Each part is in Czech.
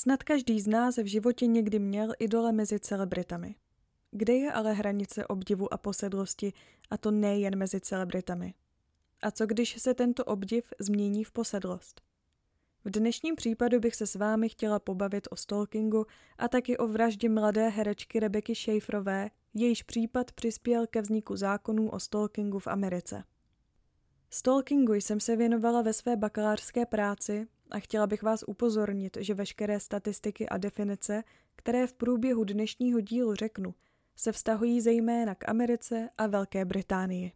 Snad každý z nás v životě někdy měl idole mezi celebritami. Kde je ale hranice obdivu a posedlosti, a to nejen mezi celebritami? A co když se tento obdiv změní v posedlost? V dnešním případu bych se s vámi chtěla pobavit o stalkingu a taky o vraždě mladé herečky Rebecky Schaefferové, jejíž případ přispěl ke vzniku zákonů o stalkingu v Americe. Stalkingu jsem se věnovala ve své bakalářské práci a chtěla bych vás upozornit, že veškeré statistiky a definice, které v průběhu dnešního dílu řeknu, se vztahují zejména k Americe a Velké Británii.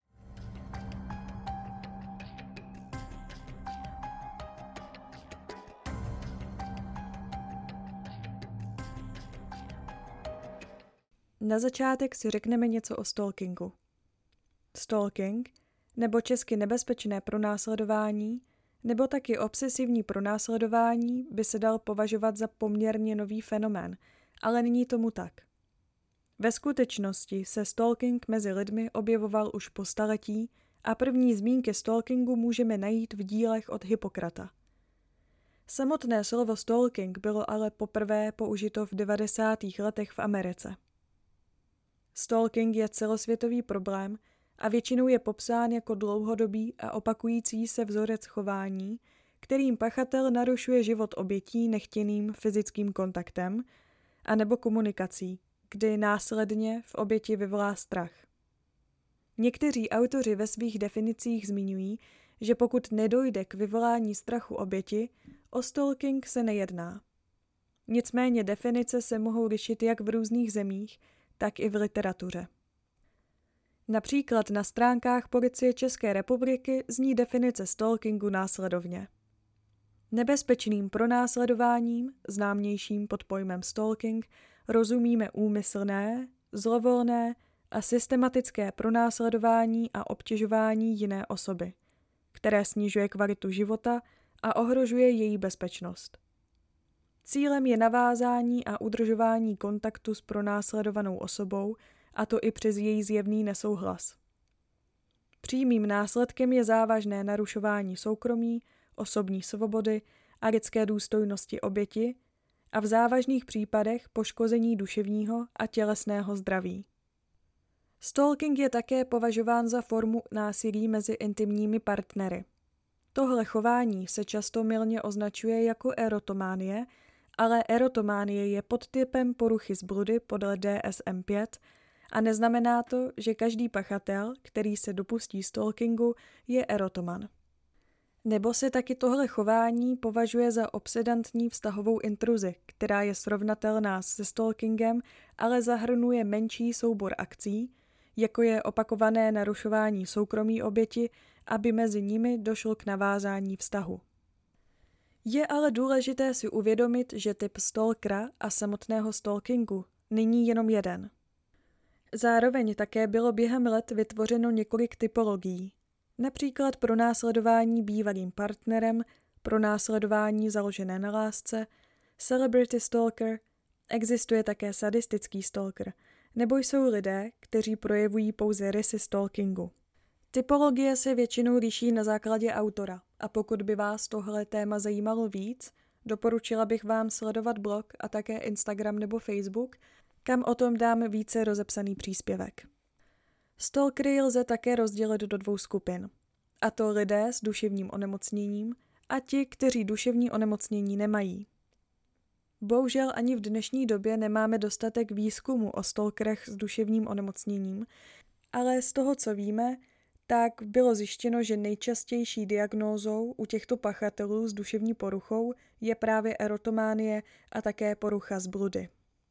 Na začátek si řekneme něco o stalkingu. Stalking, nebo česky nebezpečné pronásledování, nebo taky obsesivní pronásledování by se dal považovat za poměrně nový fenomén, ale není tomu tak. Ve skutečnosti se stalking mezi lidmi objevoval už po staletí a první zmínky stalkingu můžeme najít v dílech od Hippokrata. Samotné slovo stalking bylo ale poprvé použito v 90. letech v Americe. Stalking je celosvětový problém a většinou je popsán jako dlouhodobý a opakující se vzorec chování, kterým pachatel narušuje život obětí nechtěným fyzickým kontaktem anebo komunikací, kdy následně v oběti vyvolá strach. Někteří autoři ve svých definicích zmiňují, že pokud nedojde k vyvolání strachu oběti, o stalking se nejedná. Nicméně definice se mohou lišit jak v různých zemích, tak i v literatuře. Například na stránkách Policie České republiky zní definice stalkingu následovně. Nebezpečným pronásledováním, známějším pod pojmem stalking, rozumíme úmyslné, zlovolné a systematické pronásledování a obtěžování jiné osoby, které snižuje kvalitu života a ohrožuje její bezpečnost. Cílem je navázání a udržování kontaktu s pronásledovanou osobou, a to i přes její zjevný nesouhlas. Přímým následkem je závažné narušování soukromí, osobní svobody a lidské důstojnosti oběti a v závažných případech poškození duševního a tělesného zdraví. Stalking je také považován za formu násilí mezi intimními partnery. Tohle chování se často mylně označuje jako erotománie, ale erotománie je podtypem poruchy zbludy podle DSM-5 a neznamená to, že každý pachatel, který se dopustí stalkingu, je erotoman. Nebo se taky tohle chování považuje za obsedantní vztahovou intruzi, která je srovnatelná se stalkingem, ale zahrnuje menší soubor akcí, jako je opakované narušování soukromí oběti, aby mezi nimi došlo k navázání vztahu. Je ale důležité si uvědomit, že typ stalkera a samotného stalkingu není jenom jeden. Zároveň také bylo během let vytvořeno několik typologií, například pronásledování bývalým partnerem, pronásledování založené na lásce, celebrity stalker, existuje také sadistický stalker, nebo jsou lidé, kteří projevují pouze rysy stalkingu. Typologie se většinou liší na základě autora a pokud by vás tohle téma zajímalo víc, doporučila bych vám sledovat blog a také Instagram nebo Facebook, kam o tom dám více rozepsaný příspěvek. Stalkery lze také rozdělit do dvou skupin, a to lidé s duševním onemocněním a ti, kteří duševní onemocnění nemají. Bohužel ani v dnešní době nemáme dostatek výzkumu o stalkerech s duševním onemocněním, ale z toho, co víme, tak bylo zjištěno, že nejčastější diagnózou u těchto pachatelů s duševní poruchou je právě erotománie a také porucha zbludy.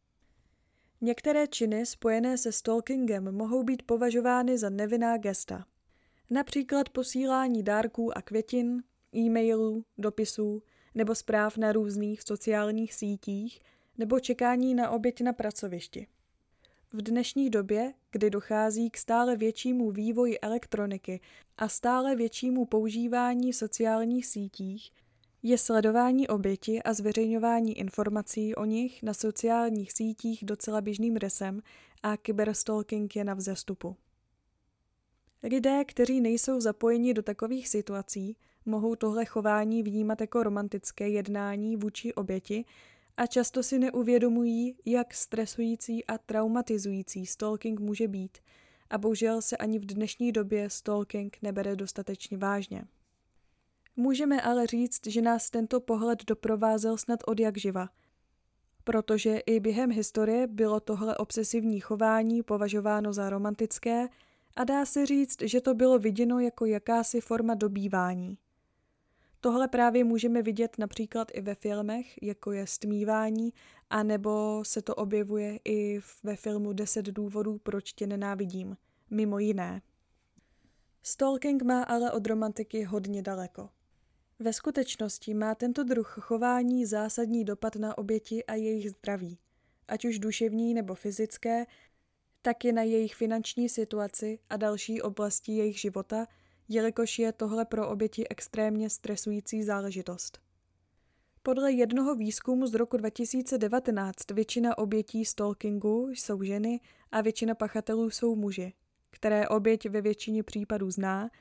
Některé činy spojené se stalkingem mohou být považovány za nevinná gesta. Například posílání dárků a květin, e-mailů, dopisů nebo zpráv na různých sociálních sítích nebo čekání na oběť na pracovišti. V dnešní době, kdy dochází k stále většímu vývoji elektroniky a stále většímu používání sociálních sítích, je sledování oběti a zveřejňování informací o nich na sociálních sítích docela běžným rysem a kyberstalking je na vzestupu. Lidé, kteří nejsou zapojeni do takových situací, mohou tohle chování vnímat jako romantické jednání vůči oběti a často si neuvědomují, jak stresující a traumatizující stalking může být a bohužel se ani v dnešní době stalking nebere dostatečně vážně. Můžeme ale říct, že nás tento pohled doprovázel snad odjakživa, protože i během historie bylo tohle obsesivní chování považováno za romantické a dá se říct, že to bylo viděno jako jakási forma dobývání. Tohle právě můžeme vidět například i ve filmech, jako je Stmívání, anebo se to objevuje i ve filmu 10 důvodů, proč tě nenávidím, mimo jiné. Stalking má ale od romantiky hodně daleko. Ve skutečnosti má tento druh chování zásadní dopad na oběti a jejich zdraví, ať už duševní nebo fyzické, tak i na jejich finanční situaci a další oblasti jejich života, jelikož je tohle pro oběti extrémně stresující záležitost. Podle jednoho výzkumu z roku 2019 většina obětí stalkingu jsou ženy a většina pachatelů jsou muži, které oběť ve většině případů zná,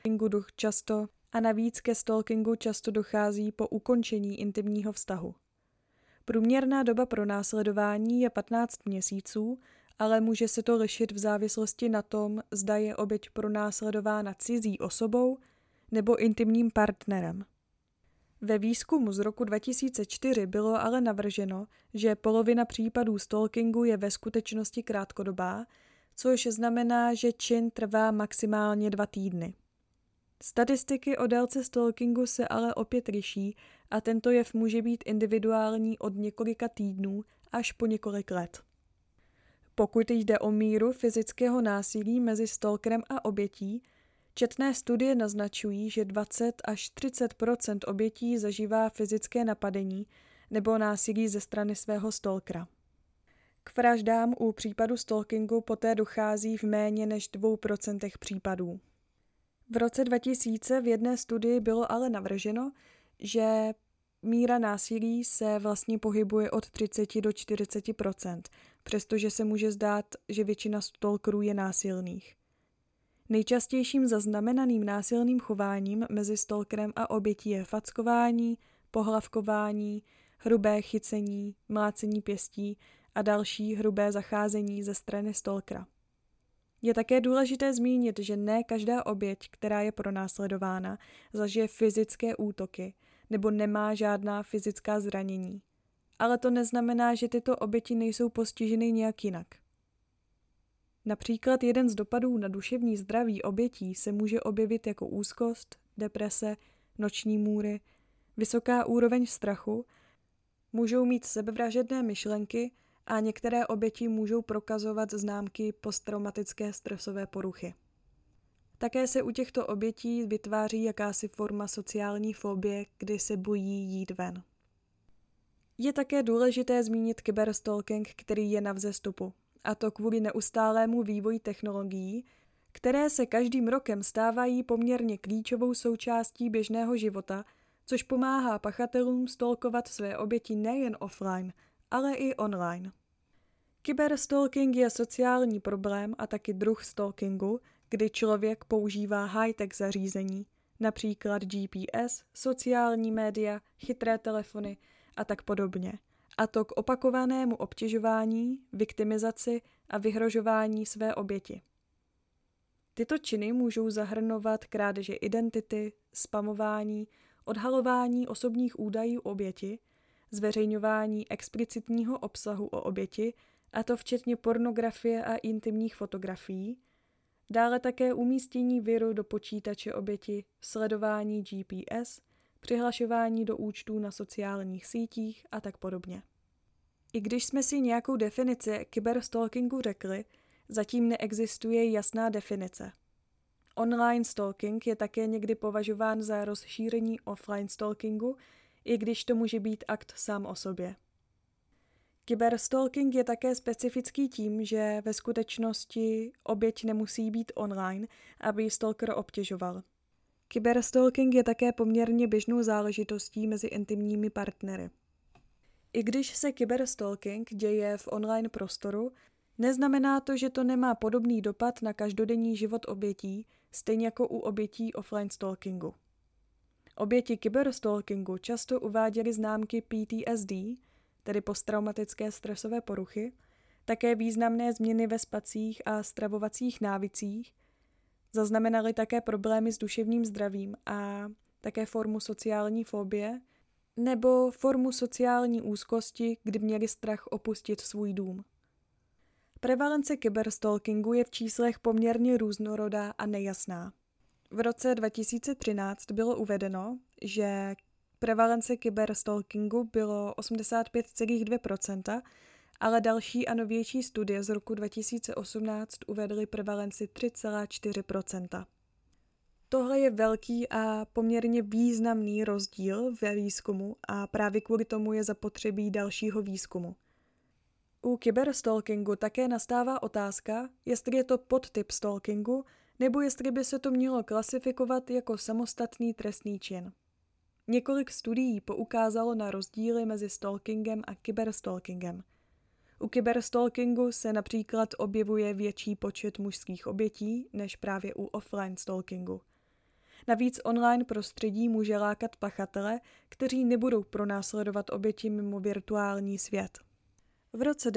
a navíc ke stalkingu často dochází po ukončení intimního vztahu. Průměrná doba pronásledování je 15 měsíců, ale může se to lišit v závislosti na tom, zda je oběť pronásledována cizí osobou nebo intimním partnerem. Ve výzkumu z roku 2004 bylo ale navrženo, že polovina případů stalkingu je ve skutečnosti krátkodobá, což znamená, že čin trvá maximálně 2 týdny. Statistiky o délce stalkingu se ale opět liší a tento jev může být individuální od několika týdnů až po několik let. Pokud jde o míru fyzického násilí mezi stalkerem a obětí, četné studie naznačují, že 20 až 30% obětí zažívá fyzické napadení nebo násilí ze strany svého stalkera. K vraždám u případu stalkingu poté dochází v méně než 2% případů. V roce 2000 v jedné studii bylo ale navrženo, že míra násilí se vlastně pohybuje od 30 do 40%, přestože se může zdát, že většina stalkerů je násilných. Nejčastějším zaznamenaným násilným chováním mezi stalkerem a obětí je fackování, pohlavkování, hrubé chycení, mlácení pěstí a další hrubé zacházení ze strany stalkera. Je také důležité zmínit, že ne každá oběť, která je pronásledována, zažije fyzické útoky nebo nemá žádná fyzická zranění. Ale to neznamená, že tyto oběti nejsou postiženy nějak jinak. Například jeden z dopadů na duševní zdraví obětí se může objevit jako úzkost, deprese, noční můry, vysoká úroveň strachu, můžou mít sebevražedné myšlenky a některé oběti můžou prokazovat známky posttraumatické stresové poruchy. Také se u těchto obětí vytváří jakási forma sociální fobie, kdy se bojí jít ven. Je také důležité zmínit kyberstalking, který je na vzestupu, a to kvůli neustálému vývoji technologií, které se každým rokem stávají poměrně klíčovou součástí běžného života, což pomáhá pachatelům stalkovat své oběti nejen offline, ale i online. Kyberstalking je sociální problém a taky druh stalkingu, kdy člověk používá high-tech zařízení, například GPS, sociální média, chytré telefony a tak podobně, a to k opakovanému obtěžování, viktimizaci a vyhrožování své oběti. Tyto činy můžou zahrnovat krádeže identity, spamování, odhalování osobních údajů oběti, zveřejňování explicitního obsahu o oběti, a to včetně pornografie a intimních fotografií, dále také umístění viru do počítače oběti, sledování GPS, přihlašování do účtů na sociálních sítích a tak podobně. I když jsme si nějakou definici kyberstalkingu řekli, zatím neexistuje jasná definice. Online stalking je také někdy považován za rozšíření offline stalkingu, i když to může být akt sám o sobě. Kyberstalking je také specifický tím, že ve skutečnosti oběť nemusí být online, aby ji stalker obtěžoval. Kyberstalking je také poměrně běžnou záležitostí mezi intimními partnery. I když se kyberstalking děje v online prostoru, neznamená to, že to nemá podobný dopad na každodenní život obětí, stejně jako u obětí offline stalkingu. Oběti kyberstalkingu často uváděly známky PTSD, tedy posttraumatické stresové poruchy, také významné změny ve spacích a stravovacích návycích, zaznamenali také problémy s duševním zdravím a také formu sociální fobie nebo formu sociální úzkosti, kdy měli strach opustit svůj dům. Prevalence kyberstalkingu je v číslech poměrně různorodá a nejasná. V roce 2013 bylo uvedeno, že prevalence kyberstalkingu bylo 85,2%, ale další a novější studie z roku 2018 uvedly prevalenci 3,4%. Tohle je velký a poměrně významný rozdíl ve výzkumu a právě kvůli tomu je zapotřebí dalšího výzkumu. U kyberstalkingu také nastává otázka, jestli je to podtyp stalkingu, nebo jestli by se to mělo klasifikovat jako samostatný trestný čin. Několik studií poukázalo na rozdíly mezi stalkingem a kyberstalkingem. U kyberstalkingu se například objevuje větší počet mužských obětí než právě u offline stalkingu. Navíc online prostředí může lákat pachatele, kteří nebudou pronásledovat oběti mimo virtuální svět. V roce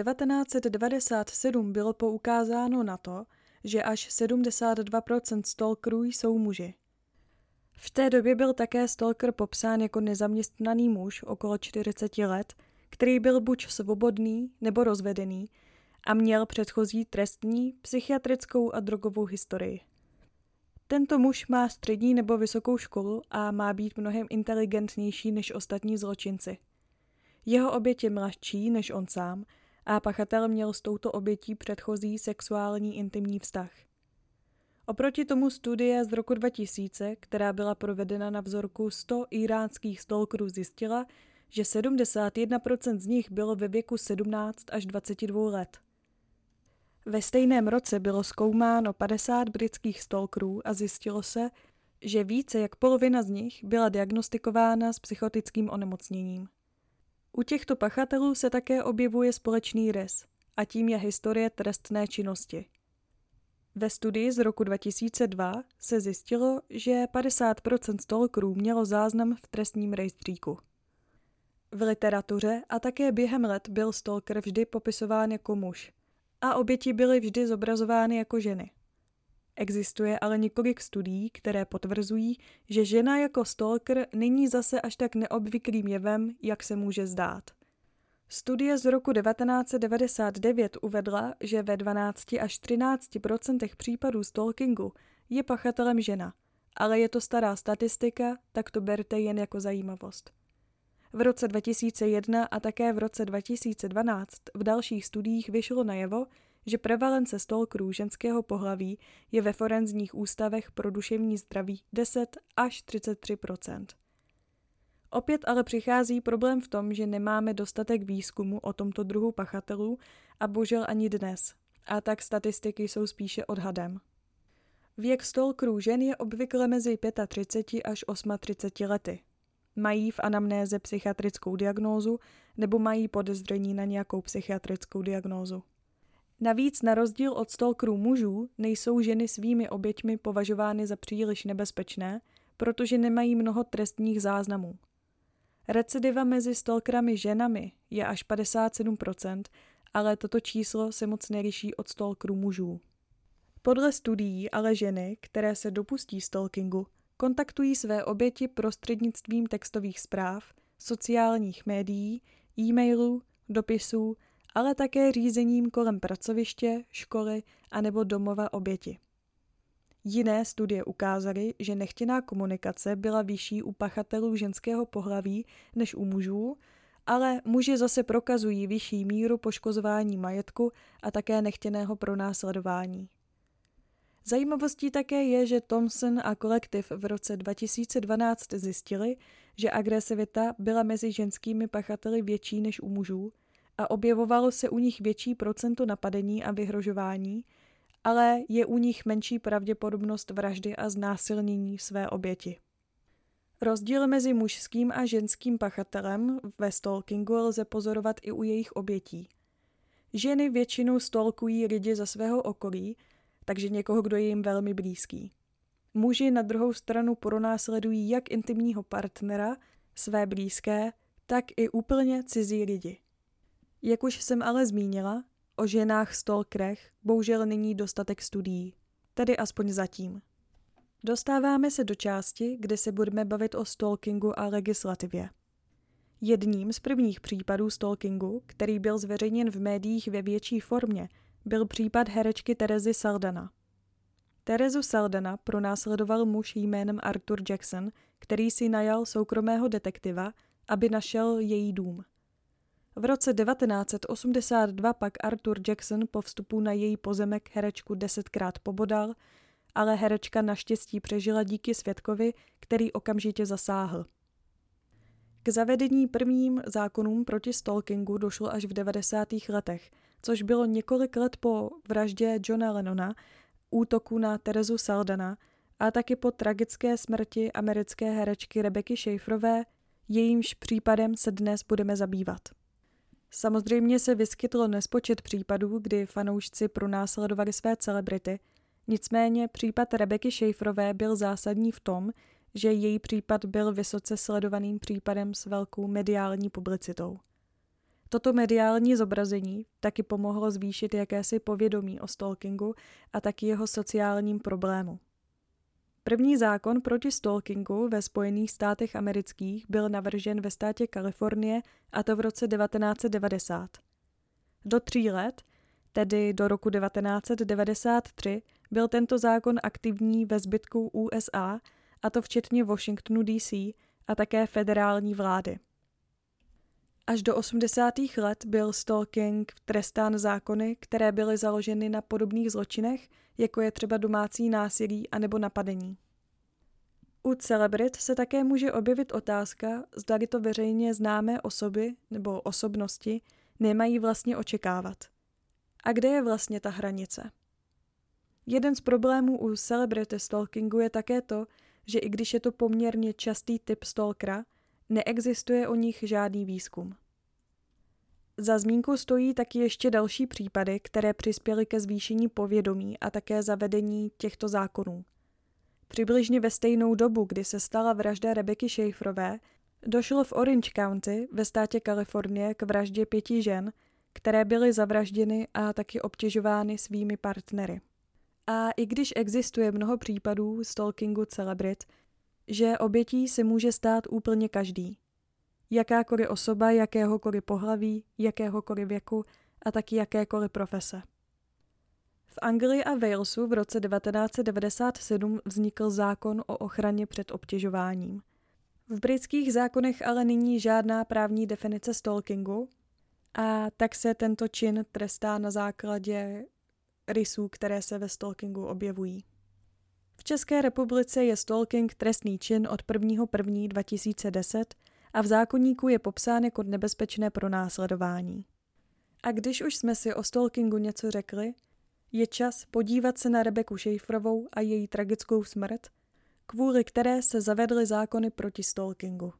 1997 bylo poukázáno na to, že až 72% stalkerů jsou muži. V té době byl také stalker popsán jako nezaměstnaný muž okolo 40 let, který byl buď svobodný nebo rozvedený a měl předchozí trestní, psychiatrickou a drogovou historii. Tento muž má střední nebo vysokou školu a má být mnohem inteligentnější než ostatní zločinci. Jeho oběť je mladší než on sám a pachatel měl s touto obětí předchozí sexuální intimní vztah. Oproti tomu studie z roku 2000, která byla provedena na vzorku 100 iránských stalkerů, zjistila, že 71% z nich bylo ve věku 17 až 22 let. Ve stejném roce bylo zkoumáno 50 britských stalkerů a zjistilo se, že více jak polovina z nich byla diagnostikována s psychotickým onemocněním. U těchto pachatelů se také objevuje společný rys, a tím je historie trestné činnosti. Ve studii z roku 2002 se zjistilo, že 50% stalkerů mělo záznam v trestním rejstříku. V literatuře a také během let byl stalker vždy popisován jako muž a oběti byly vždy zobrazovány jako ženy. Existuje ale několik studií, které potvrzují, že žena jako stalker není zase až tak neobvyklým jevem, jak se může zdát. Studie z roku 1999 uvedla, že ve 12 až 13% případů stalkingu je pachatelem žena, ale je to stará statistika, tak to berte jen jako zajímavost. V roce 2001 a také v roce 2012 v dalších studiích vyšlo najevo, že prevalence stalkerů ženského pohlaví je ve forenzních ústavech pro duševní zdraví 10 až 33%. Opět ale přichází problém v tom, že nemáme dostatek výzkumu o tomto druhu pachatelů a bohužel ani dnes, a tak statistiky jsou spíše odhadem. Věk stalkerů žen je obvykle mezi 35 až 38 lety. Mají v anamnéze psychiatrickou diagnózu nebo mají podezření na nějakou psychiatrickou diagnózu. Navíc na rozdíl od stalkerů mužů nejsou ženy svými oběťmi považovány za příliš nebezpečné, protože nemají mnoho trestních záznamů. Recidiva mezi stalkerami ženami je až 57%, ale toto číslo se moc neliší od stalkerů mužů. Podle studií ale ženy, které se dopustí stalkingu, kontaktují své oběti prostřednictvím textových zpráv, sociálních médií, e-mailů, dopisů, ale také řízením kolem pracoviště, školy anebo domova oběti. Jiné studie ukázaly, že nechtěná komunikace byla vyšší u pachatelů ženského pohlaví než u mužů, ale muži zase prokazují vyšší míru poškozování majetku a také nechtěného pronásledování. Zajímavostí také je, že Thompson a kolektiv v roce 2012 zjistili, že agresivita byla mezi ženskými pachateli větší než u mužů a objevovalo se u nich větší procento napadení a vyhrožování, ale je u nich menší pravděpodobnost vraždy a znásilnění své oběti. Rozdíl mezi mužským a ženským pachatelem ve stalkingu lze pozorovat i u jejich obětí. Ženy většinou stalkují lidi ze svého okolí, takže někoho, kdo je jim velmi blízký. muži na druhou stranu pronásledují jak intimního partnera, své blízké, tak i úplně cizí lidi. Jak už jsem ale zmínila, o ženách stalkerech bohužel není dostatek studií, tedy aspoň zatím. Dostáváme se do části, kde se budeme bavit o stalkingu a legislativě. Jedním z prvních případů stalkingu, který byl zveřejněn v médiích ve větší formě, byl případ herečky Terezy Saldana. Terezu Saldana pronásledoval muž jménem Arthur Jackson, který si najal soukromého detektiva, aby našel její dům. V roce 1982 pak Arthur Jackson po vstupu na její pozemek herečku 10krát pobodal, ale herečka naštěstí přežila díky svědkovi, který okamžitě zasáhl. K zavedení prvním zákonům proti stalkingu došlo až v 90. letech, což bylo několik let po vraždě Johna Lennona, útoku na Terezu Saldana a taky po tragické smrti americké herečky Rebecky Schaefferové, jejímž případem se dnes budeme zabývat. Samozřejmě se vyskytlo nespočet případů, kdy fanoušci pronásledovali své celebrity, nicméně případ Rebecky Schaefferové byl zásadní v tom, že její případ byl vysoce sledovaným případem s velkou mediální publicitou. Toto mediální zobrazení taky pomohlo zvýšit jakési povědomí o stalkingu a taky jeho sociálním problému. První zákon proti stalkingu ve Spojených státech amerických byl navržen ve státě Kalifornie, a to v roce 1990. Do 3 let, tedy do roku 1993, byl tento zákon aktivní ve zbytku USA, a to včetně Washingtonu DC a také federální vlády. Až do 80. let byl stalking trestán zákony, které byly založeny na podobných zločinech, jako je třeba domácí násilí anebo napadení. U celebrit se také může objevit otázka, zdali to veřejně známé osoby nebo osobnosti nemají vlastně očekávat. A kde je vlastně ta hranice? Jeden z problémů u celebrity stalkingu je také to, že i když je to poměrně častý typ stalkera, neexistuje o nich žádný výzkum. Za zmínku stojí taky ještě další případy, které přispěly ke zvýšení povědomí a také zavedení těchto zákonů. Přibližně ve stejnou dobu, kdy se stala vražda Rebecky Schaefferové, došlo v Orange County ve státě Kalifornie k vraždě 5 žen, které byly zavražděny a taky obtěžovány svými partnery. A i když existuje mnoho případů stalkingu celebrit, že obětí se může stát úplně každý. Jakákoliv osoba, jakéhokoliv pohlaví, jakéhokoliv věku a taky jakékoliv profese. V Anglii a Walesu v roce 1997 vznikl zákon o ochraně před obtěžováním. V britských zákonech ale není žádná právní definice stalkingu a tak se tento čin trestá na základě rysů, které se ve stalkingu objevují. V České republice je stalking trestný čin od 1.1.2010 a v zákoníku je popsán jako nebezpečné pronásledování. A když už jsme si o stalkingu něco řekli, je čas podívat se na Rebeccu Schaefferovou a její tragickou smrt, kvůli které se zavedly zákony proti stalkingu.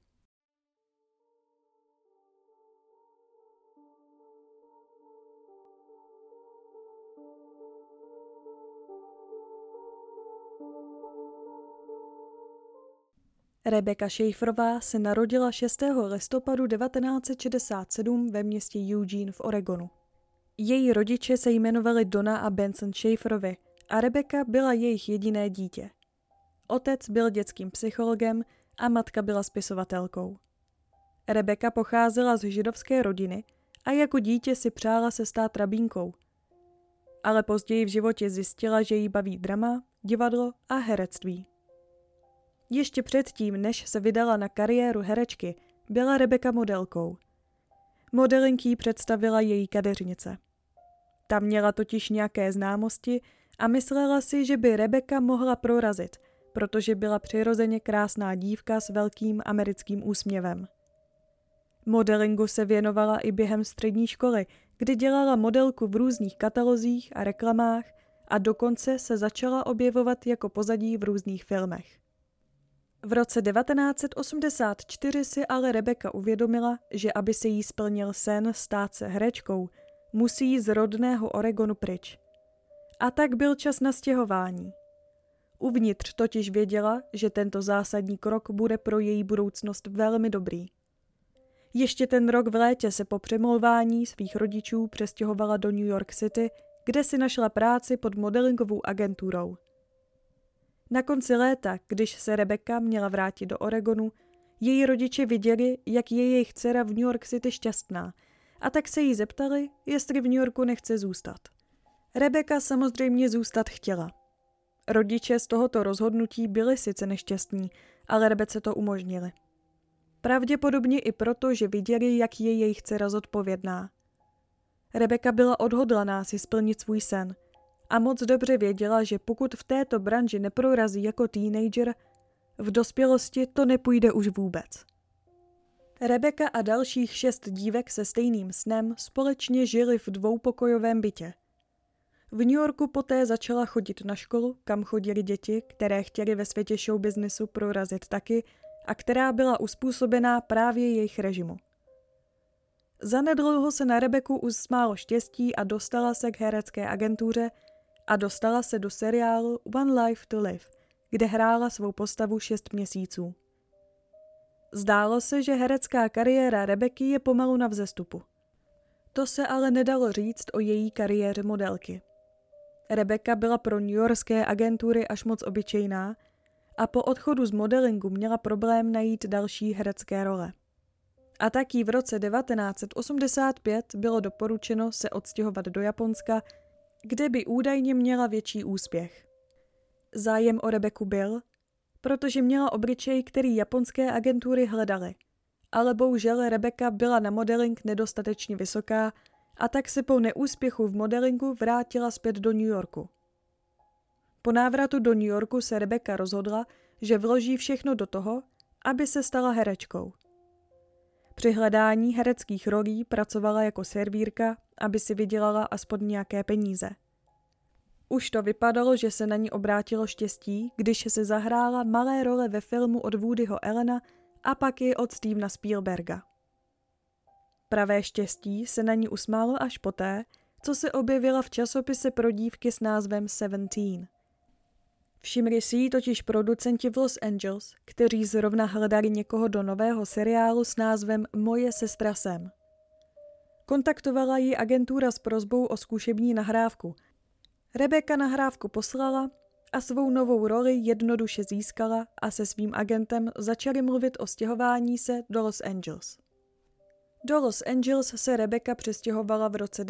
Rebecca Schaefferová se narodila 6. listopadu 1967 ve městě Eugene v Oregonu. Její rodiče se jmenovali Donna a Benson Schaefferovi a Rebecca byla jejich jediné dítě. Otec byl dětským psychologem a matka byla spisovatelkou. Rebecca pocházela z židovské rodiny a jako dítě si přála se stát rabínkou. Ale později v životě zjistila, že jí baví drama, divadlo a herectví. Ještě předtím, než se vydala na kariéru herečky, byla Rebecca modelkou. Modeling jí představila její kadeřnice. Ta měla totiž nějaké známosti a myslela si, že by Rebecca mohla prorazit, protože byla přirozeně krásná dívka s velkým americkým úsměvem. Modelingu se věnovala i během střední školy, kdy dělala modelku v různých katalozích a reklamách a dokonce se začala objevovat jako pozadí v různých filmech. V roce 1984 si ale Rebecca uvědomila, že aby se jí splnil sen stát se herečkou, musí z rodného Oregonu pryč. A tak byl čas na stěhování. Uvnitř totiž věděla, že tento zásadní krok bude pro její budoucnost velmi dobrý. Ještě ten rok v létě se po přemlouvání svých rodičů přestěhovala do New York City, kde si našla práci pod modelingovou agenturou. Na konci léta, když se Rebecca měla vrátit do Oregonu, její rodiče viděli, jak je jejich dcera v New York City šťastná, a tak se jí zeptali, jestli v New Yorku nechce zůstat. Rebecca samozřejmě zůstat chtěla. Rodiče z tohoto rozhodnutí byli sice nešťastní, ale Rebece to umožnili. Pravděpodobně i proto, že viděli, jak je jejich dcera zodpovědná. Rebecca byla odhodlaná si splnit svůj sen a moc dobře věděla, že pokud v této branži neprorazí jako teenager, v dospělosti to nepůjde už vůbec. Rebecca a dalších 6 dívek se stejným snem společně žili v dvoupokojovém bytě. V New Yorku poté začala chodit na školu, kam chodili děti, které chtěly ve světě showbiznesu prorazit taky a která byla uspůsobená právě jejich režimu. Zanedlouho se na Rebeccu usmálo štěstí a dostala se k herecké agentuře a dostala se do seriálu One Life to Live, kde hrála svou postavu 6 měsíců. Zdálo se, že herecká kariéra Rebecky je pomalu na vzestupu. To se ale nedalo říct o její kariéře modelky. Rebecca byla pro newyorské agentury až moc obyčejná a po odchodu z modelingu měla problém najít další herecké role. A tak jí v roce 1985 bylo doporučeno se odstěhovat do Japonska, kde by údajně měla větší úspěch. Zájem o Rebeccu byl, protože měla obličej, který japonské agentury hledaly. Ale bohužel Rebecca byla na modeling nedostatečně vysoká a tak se po neúspěchu v modelingu vrátila zpět do New Yorku. Po návratu do New Yorku se Rebecca rozhodla, že vloží všechno do toho, aby se stala herečkou. Při hledání hereckých rolí pracovala jako servírka, aby si vydělala aspoň nějaké peníze. Už to vypadalo, že se na ní obrátilo štěstí, když se zahrála malé role ve filmu od Woodyho Allena a pak i od Stevena Spielberga. Pravé štěstí se na ní usmálo až poté, co se objevila v časopise pro dívky s názvem 17. Všimli si jí totiž producenti v Los Angeles, kteří zrovna hledali někoho do nového seriálu s názvem Moje sestra Sam. Kontaktovala ji agentura s prosbou o zkušební nahrávku. Rebecca nahrávku poslala a svou novou roli jednoduše získala a se svým agentem začali mluvit o stěhování se do Los Angeles. Do Los Angeles se Rebecca přestěhovala v roce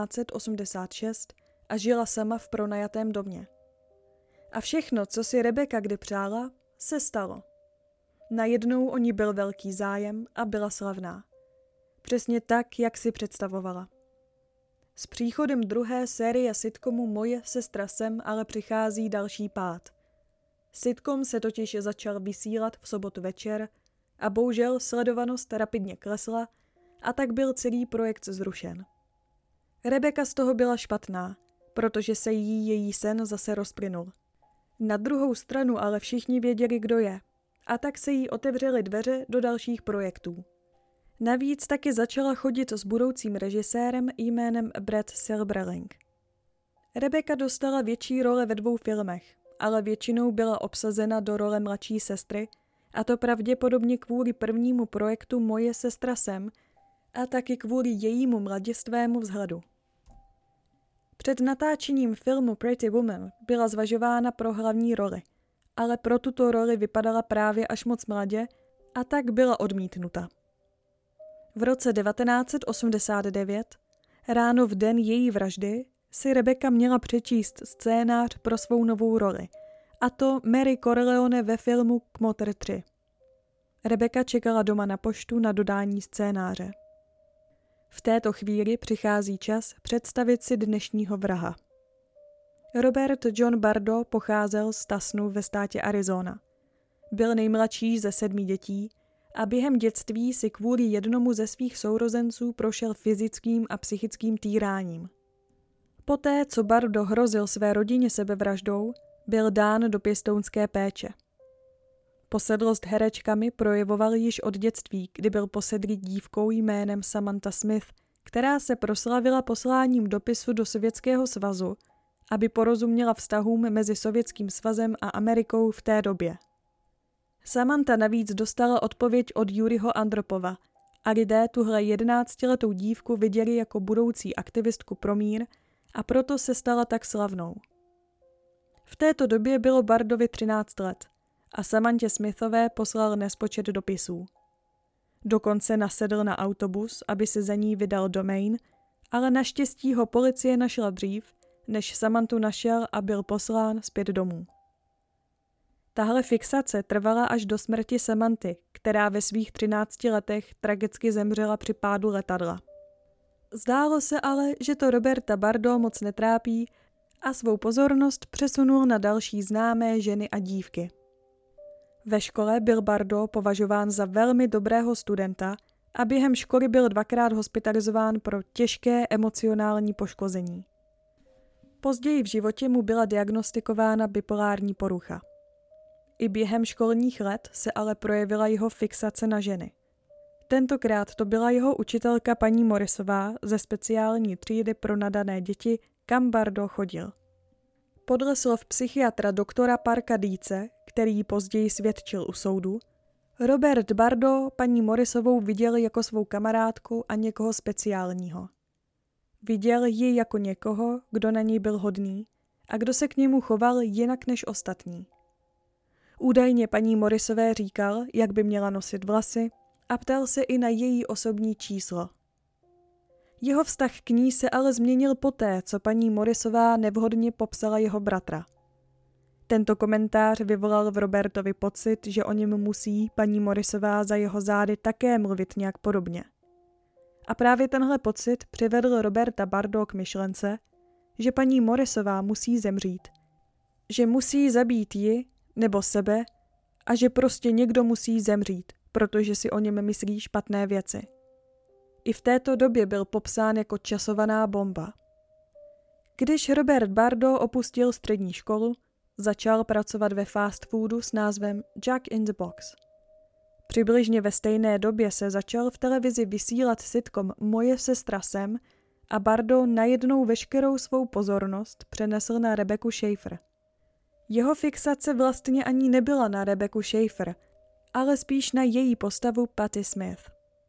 1986 a žila sama v pronajatém domě. A všechno, co si Rebecca kdy přála, se stalo. Najednou o ní byl velký zájem a byla slavná. Přesně tak, jak si představovala. S příchodem druhé série sitcomu Moje sestra Sam ale přichází další pád. Sitcom se totiž začal vysílat v sobotu večer a bohužel sledovanost rapidně klesla a tak byl celý projekt zrušen. Rebecca z toho byla špatná, protože se jí její sen zase rozplynul. Na druhou stranu ale všichni věděli, kdo je, a tak se jí otevřely dveře do dalších projektů. Navíc taky začala chodit s budoucím režisérem jménem Brad Silberling. Rebecca dostala větší role ve 2 filmech, ale většinou byla obsazena do role mladší sestry, a to pravděpodobně kvůli prvnímu projektu Moje sestra Sam a taky kvůli jejímu mladistvému vzhledu. Před natáčením filmu Pretty Woman byla zvažována pro hlavní roli, ale pro tuto roli vypadala právě až moc mladě a tak byla odmítnuta. V roce 1989, ráno v den její vraždy, si Rebecca měla přečíst scénář pro svou novou roli, a to Mary Corleone ve filmu Kmotr 3. Rebecca čekala doma na poštu na dodání scénáře. V této chvíli přichází čas představit si dnešního vraha. Robert John Bardo pocházel z Tucsonu ve státě Arizona. Byl nejmladší ze 7 dětí a během dětství si kvůli jednomu ze svých sourozenců prošel fyzickým a psychickým týráním. Poté, co Bardo hrozil své rodině sebevraždou, byl dán do pěstounské péče. Posedlost herečkami projevoval již od dětství, kdy byl posedlý dívkou jménem Samantha Smith, která se proslavila posláním dopisu do Sovětského svazu aby porozuměla vztahům mezi Sovětským svazem a Amerikou v té době. Samantha navíc dostala odpověď od Juriho Andropova a lidé tuhle 11letou dívku viděli jako budoucí aktivistku pro mír a proto se stala tak slavnou. V této době bylo Bardovi 13 let a Samanthě Smithové poslal nespočet dopisů. Dokonce nasedl na autobus, aby se za ní vydal do Maine, ale naštěstí ho policie našla dřív, než Samanthu našel a byl poslán zpět domů. Tahle fixace trvala až do smrti Samanthy, která ve svých 13 letech tragicky zemřela při pádu letadla. Zdálo se ale, že to Roberta Bardo moc netrápí a svou pozornost přesunul na další známé ženy a dívky. Ve škole byl Bardo považován za velmi dobrého studenta a během školy byl 2krát hospitalizován pro těžké emocionální poškození. Později v životě mu byla diagnostikována bipolární porucha. I během školních let se ale projevila jeho fixace na ženy. Tentokrát to byla jeho učitelka paní Morrisová ze speciální třídy pro nadané děti, kam Bardo chodil. Podle slov psychiatra doktora Parka Deese, který později svědčil u soudu, Robert Bardo paní Morrisovou viděl jako svou kamarádku a někoho speciálního. Viděl ji jako někoho, kdo na něj byl hodný a kdo se k němu choval jinak než ostatní. Údajně paní Morrisové říkal, jak by měla nosit vlasy a ptal se i na její osobní číslo. Jeho vztah k ní se ale změnil poté, co paní Morrisová nevhodně popsala jeho bratra. Tento komentář vyvolal v Robertovi pocit, že o něm musí paní Morrisová za jeho zády také mluvit nějak podobně. A právě tenhle pocit přivedl Roberta Bardo k myšlence, že paní Morrisová musí zemřít, že musí zabít ji nebo sebe a že prostě někdo musí zemřít, protože si o něm myslí špatné věci. I v této době byl popsán jako časovaná bomba. Když Robert Bardo opustil střední školu, začal pracovat ve fast foodu s názvem Jack in the Box. Přibližně ve stejné době se začal v televizi vysílat sitcom Moje sestra Sam a Bardo najednou veškerou svou pozornost přenesl na Rebeccu Schaeffer. Jeho fixace vlastně ani nebyla na Rebeccu Schaeffer, ale spíš na její postavu Patti Smith.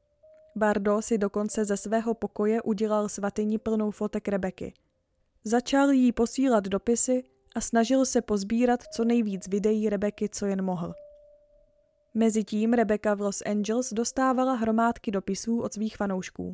Bardo si dokonce ze svého pokoje udělal svatyni plnou fotek Rebecky. Začal jí posílat dopisy a snažil se pozbírat co nejvíc videí Rebecky, co jen mohl. Mezitím Rebecca v Los Angeles dostávala hromádky dopisů od svých fanoušků.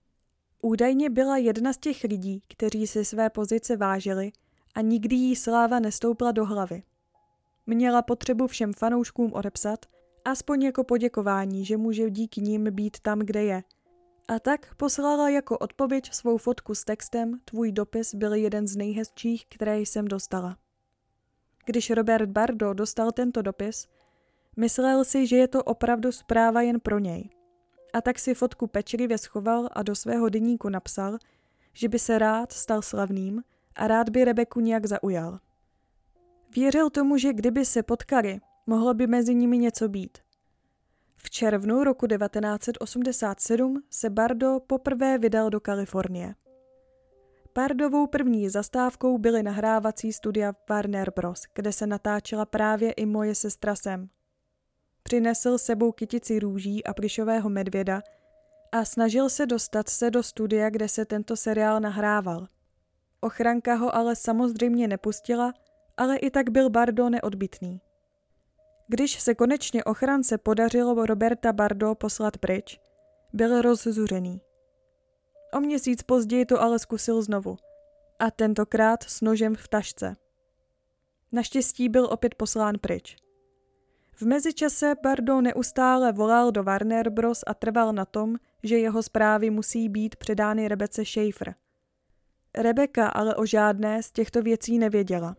Údajně byla jedna z těch lidí, kteří si své pozice vážili a nikdy jí sláva nestoupla do hlavy. Měla potřebu všem fanouškům odepsat, aspoň jako poděkování, že může díky nim být tam, kde je. A tak poslala jako odpověď svou fotku s textem Tvůj dopis byl jeden z nejhezčích, které jsem dostala. Když Robert Bardo dostal tento dopis, myslel si, že je to opravdu zpráva jen pro něj. A tak si fotku pečlivě schoval a do svého deníku napsal, že by se rád stal slavným a rád by Rebeccu nějak zaujal. Věřil tomu, že kdyby se potkali, mohlo by mezi nimi něco být. V červnu roku 1987 se Bardo poprvé vydal do Kalifornie. Bardovou první zastávkou byly nahrávací studia Warner Bros., kde se natáčela právě i Moje sestra Sam. Přinesl sebou kytici růží a plyšového medvěda a snažil se dostat se do studia, kde se tento seriál nahrával. Ochranka ho ale samozřejmě nepustila, ale i tak byl Bardo neodbytný. Když se konečně ochrance podařilo Roberta Bardo poslat pryč, byl rozzuřený. O měsíc později to ale zkusil znovu. A tentokrát s nožem v tašce. Naštěstí byl opět poslán pryč. V mezičase Bardo neustále volal do Warner Bros. A trval na tom, že jeho zprávy musí být předány Rebecce Schaeffer. Rebecca ale o žádné z těchto věcí nevěděla.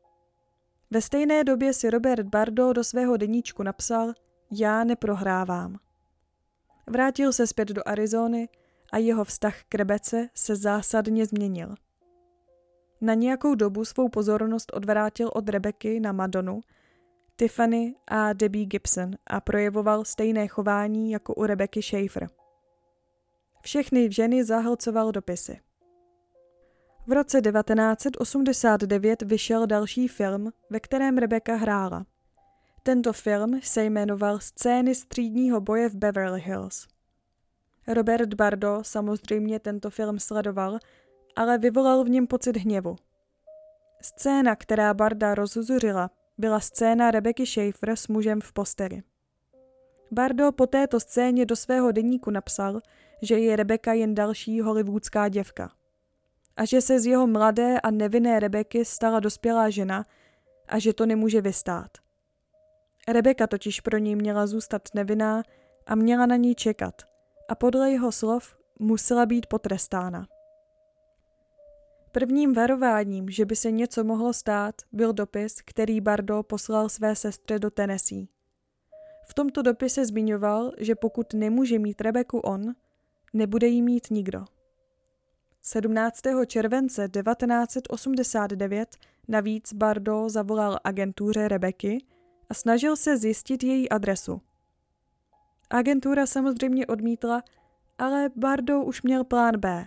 Ve stejné době si Robert Bardo do svého deníčku napsal Já neprohrávám. Vrátil se zpět do Arizony a jeho vztah k Rebecce se zásadně změnil. Na nějakou dobu svou pozornost odvrátil od Rebecky na Madonu, Tiffany a Debbie Gibson a projevoval stejné chování jako u Rebecky Schaeffer. Všechny ženy zahlcoval dopisy. V roce 1989 vyšel další film, ve kterém Rebecca hrála. Tento film se jmenoval Scény z třídního boje v Beverly Hills. Robert Bardo samozřejmě tento film sledoval, ale vyvolal v něm pocit hněvu. Scéna, která Barda rozzuřila, byla scéna Rebecky Schaeffer s mužem v posteli. Bardo po této scéně do svého deníku napsal, že je Rebecca jen další hollywoodská děvka. A že se z jeho mladé a nevinné Rebecky stala dospělá žena a že to nemůže vystát. Rebecca totiž pro něj měla zůstat nevinná a měla na ní čekat a podle jeho slov musela být potrestána. Prvním varováním, že by se něco mohlo stát, byl dopis, který Bardo poslal své sestře do Tennessee. V tomto dopise zmiňoval, že pokud nemůže mít Rebeccu on, nebude jí mít nikdo. 17. července 1989 navíc Bardo zavolal agentuře Rebecky a snažil se zjistit její adresu. Agentura samozřejmě odmítla, ale Bardo už měl plán B.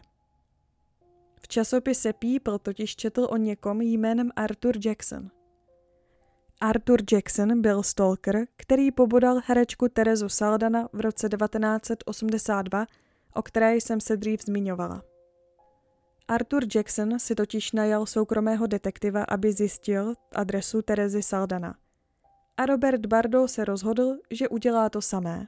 V časopise People totiž četl o někom jménem Arthur Jackson. Arthur Jackson byl stalker, který pobodal herečku Terezu Saldana v roce 1982, o které jsem se dřív zmiňovala. Arthur Jackson si totiž najal soukromého detektiva, aby zjistil adresu Terezy Saldana. A Robert Bardo se rozhodl, že udělá to samé.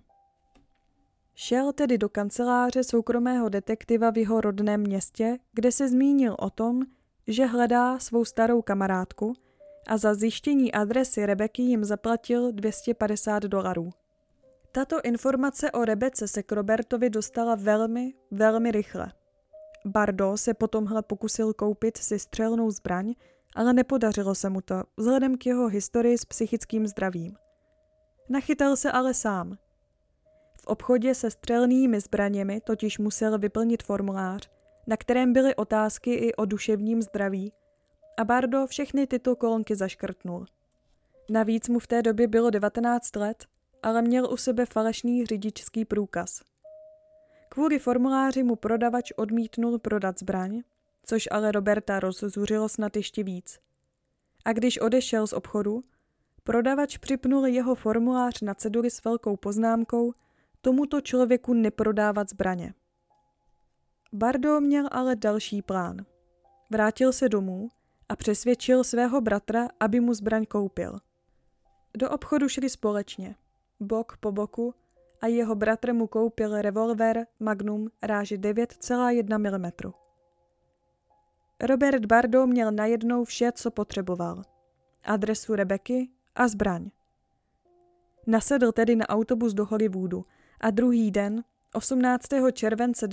Šel tedy do kanceláře soukromého detektiva v jeho rodném městě, kde se zmínil o tom, že hledá svou starou kamarádku a za zjištění adresy Rebecky jim zaplatil $250. Tato informace o Rebece se k Robertovi dostala velmi, velmi rychle. Bardo se po tomhle pokusil koupit si střelnou zbraň, ale nepodařilo se mu to, vzhledem k jeho historii s psychickým zdravím. Nachytal se ale sám. V obchodě se střelnými zbraněmi totiž musel vyplnit formulář, na kterém byly otázky i o duševním zdraví, a Bardo všechny tyto kolonky zaškrtnul. Navíc mu v té době bylo 19 let, ale měl u sebe falešný řidičský průkaz. Kvůli formuláři mu prodavač odmítnul prodat zbraň, což ale Roberta rozzuřilo snad ještě víc. A když odešel z obchodu, prodavač připnul jeho formulář na ceduli s velkou poznámkou tomuto člověku neprodávat zbraně. Bardo měl ale další plán. Vrátil se domů a přesvědčil svého bratra, aby mu zbraň koupil. Do obchodu šli společně, bok po boku, a jeho bratr mu koupil revolver Magnum ráže 9,1 mm. Robert Bardo měl najednou vše, co potřeboval. Adresu Rebecky a zbraň. Nasedl tedy na autobus do Hollywoodu a druhý den, 18. července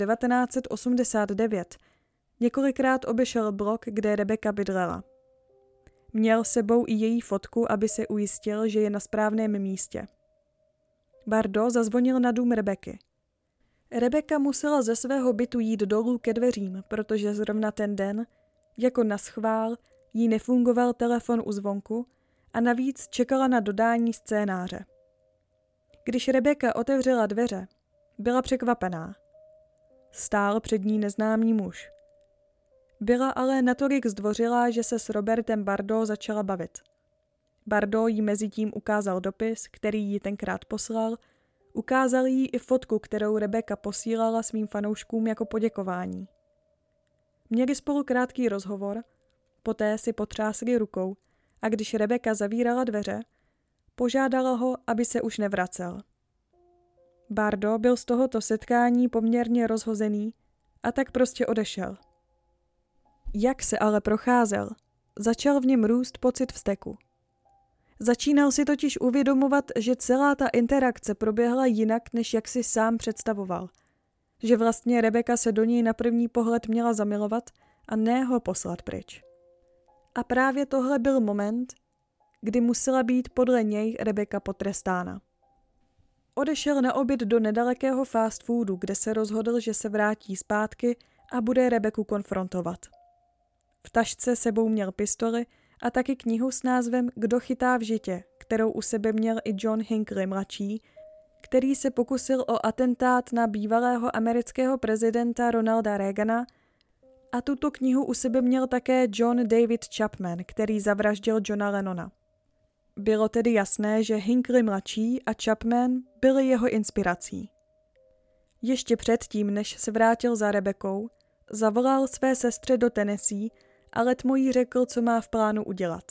1989, několikrát obešel blok, kde Rebecca bydlela. Měl sebou i její fotku, aby se ujistil, že je na správném místě. Bardo zazvonil na dům Rebecky. Rebecca musela ze svého bytu jít dolů ke dveřím, protože zrovna ten den, jako naschvál, jí nefungoval telefon u zvonku a navíc čekala na dodání scénáře. Když Rebecca otevřela dveře, byla překvapená. Stál před ní neznámý muž. Byla ale natolik zdvořilá, že se s Robertem Bardo začala bavit. Bardo jí mezitím ukázal dopis, který jí tenkrát poslal, ukázal jí i fotku, kterou Rebecca posílala svým fanouškům jako poděkování. Měli spolu krátký rozhovor, poté si potřásli rukou a když Rebecca zavírala dveře, požádala ho, aby se už nevracel. Bardo byl z tohoto setkání poměrně rozhozený a tak prostě odešel. Jak se ale procházel, začal v něm růst pocit vzteku. Začínal si totiž uvědomovat, že celá ta interakce proběhla jinak, než jak si sám představoval. Že vlastně Rebecca se do něj na první pohled měla zamilovat a ne ho poslat pryč. A právě tohle byl moment, kdy musela být podle něj Rebecca potrestána. Odešel na oběd do nedalekého fast foodu, kde se rozhodl, že se vrátí zpátky a bude Rebeccu konfrontovat. V tašce sebou měl pistoli a taky knihu s názvem Kdo chytá v žitě, kterou u sebe měl i John Hinckley mladší, který se pokusil o atentát na bývalého amerického prezidenta Ronalda Reagana A tuto knihu u sebe měl také John David Chapman, který zavraždil Johna Lennona. Bylo tedy jasné, že Hinckley mladší a Chapman byli jeho inspirací. Ještě předtím, než se vrátil za Rebekou, zavolal své sestře do Tennessee a letmo jí řekl, co má v plánu udělat.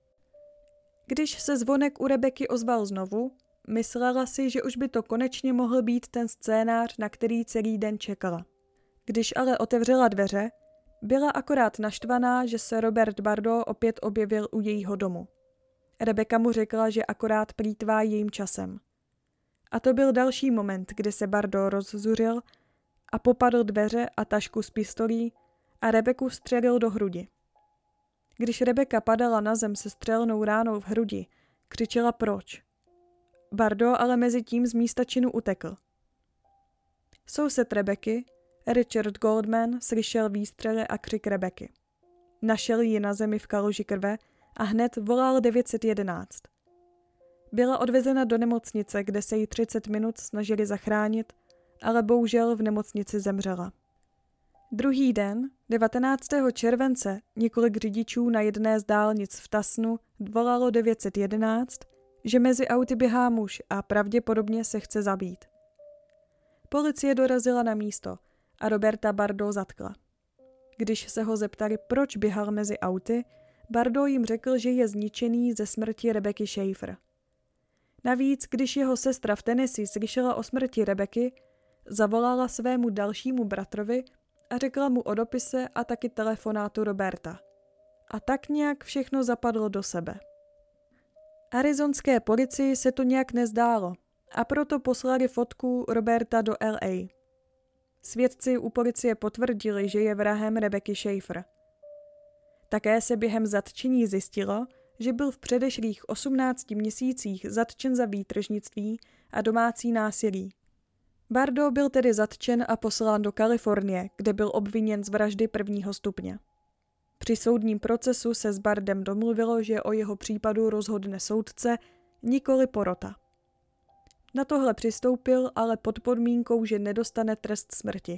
Když se zvonek u Rebeky ozval znovu, myslela si, že už by to konečně mohl být ten scénář, na který celý den čekala. Když ale otevřela dveře, byla akorát naštvaná, že se Robert Bardo opět objevil u jejího domu. Rebeka mu řekla, že akorát plýtvá jejím časem. A to byl další moment, kdy se Bardo rozzuřil a popadl dveře a tašku s pistolí a Rebeku střelil do hrudi. Když Rebeka padala na zem se střelnou ránou v hrudi, křičela proč. Bardo ale mezi tím z místa činu utekl. Soused Rebeky, Richard Goldman, slyšel výstřely a křik Rebeky. Našel ji na zemi v kaluži krve a hned volal 911. Byla odvezena do nemocnice, kde se jí 30 minut snažili zachránit, ale bohužel v nemocnici zemřela. Druhý den, 19. července, několik řidičů na jedné z dálnic v Tasnu volalo 911, že mezi auty běhá muž a pravděpodobně se chce zabít. Policie dorazila na místo a Roberta Bardo zatkla. Když se ho zeptali, proč běhal mezi auty, Bardo jim řekl, že je zničený ze smrti Rebeky Schaefer. Navíc, když jeho sestra v Tennessee slyšela o smrti Rebeky, zavolala svému dalšímu bratrovi a řekla mu o dopise a taky telefonátu Roberta. A tak nějak všechno zapadlo do sebe. Arizonské policii se to nějak nezdálo a proto poslali fotku Roberta do LA. Svědci u policie potvrdili, že je vrahem Rebeky Schaefer. Také se během zatčení zjistilo, že byl v předešlých 18 měsících zatčen za výtržnictví a domácí násilí. Bardo byl tedy zatčen a poslán do Kalifornie, kde byl obviněn z vraždy 1. stupně. Při soudním procesu se s Bardem domluvilo, že o jeho případu rozhodne soudce, nikoli porota. Na tohle přistoupil, ale pod podmínkou, že nedostane trest smrti.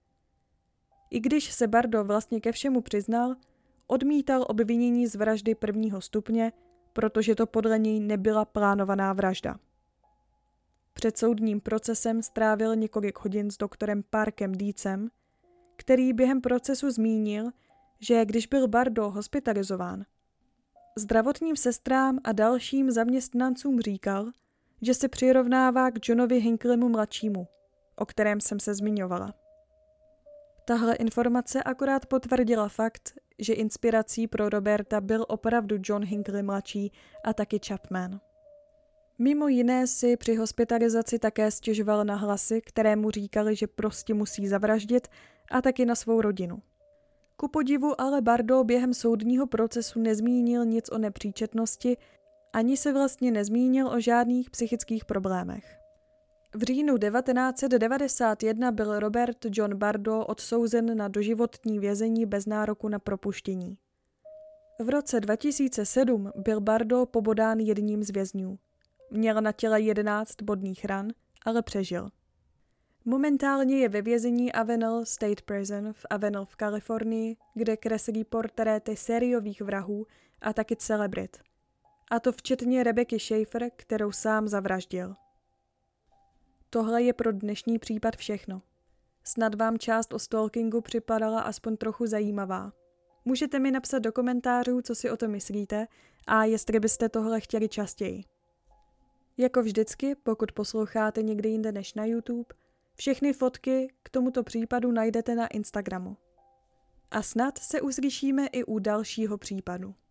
I když se Bardo vlastně ke všemu přiznal, odmítal obvinění z vraždy 1. stupně, protože to podle něj nebyla plánovaná vražda. Před soudním procesem strávil několik hodin s doktorem Parkem Deatsem, který během procesu zmínil, že když byl Bardo hospitalizován, zdravotním sestrám a dalším zaměstnancům říkal, že se přirovnává k Johnovi Hinckleymu mladšímu, o kterém jsem se zmiňovala. Tahle informace akorát potvrdila fakt, že inspirací pro Roberta byl opravdu John Hinckley mladší a taky Chapman. Mimo jiné si při hospitalizaci také stěžoval na hlasy, které mu říkali, že prostě musí zavraždit, a taky na svou rodinu. Ku podivu ale Bardo během soudního procesu nezmínil nic o nepříčetnosti, ani se vlastně nezmínil o žádných psychických problémech. V říjnu 1991 byl Robert John Bardo odsouzen na doživotní vězení bez nároku na propuštění. V roce 2007 byl Bardo pobodán jedním z vězňů. Měl na těle 11 bodných ran, ale přežil. Momentálně je ve vězení Avenel State Prison v Avenel v Kalifornii, kde kreslí portréty sériových vrahů a taky celebrit. A to včetně Rebeky Schaefer, kterou sám zavraždil. Tohle je pro dnešní případ všechno. Snad vám část o stalkingu připadala aspoň trochu zajímavá. Můžete mi napsat do komentářů, co si o tom myslíte a jestli byste tohle chtěli častěji. Jako vždycky, pokud posloucháte někde jinde než na YouTube, všechny fotky k tomuto případu najdete na Instagramu. A snad se uslyšíme i u dalšího případu.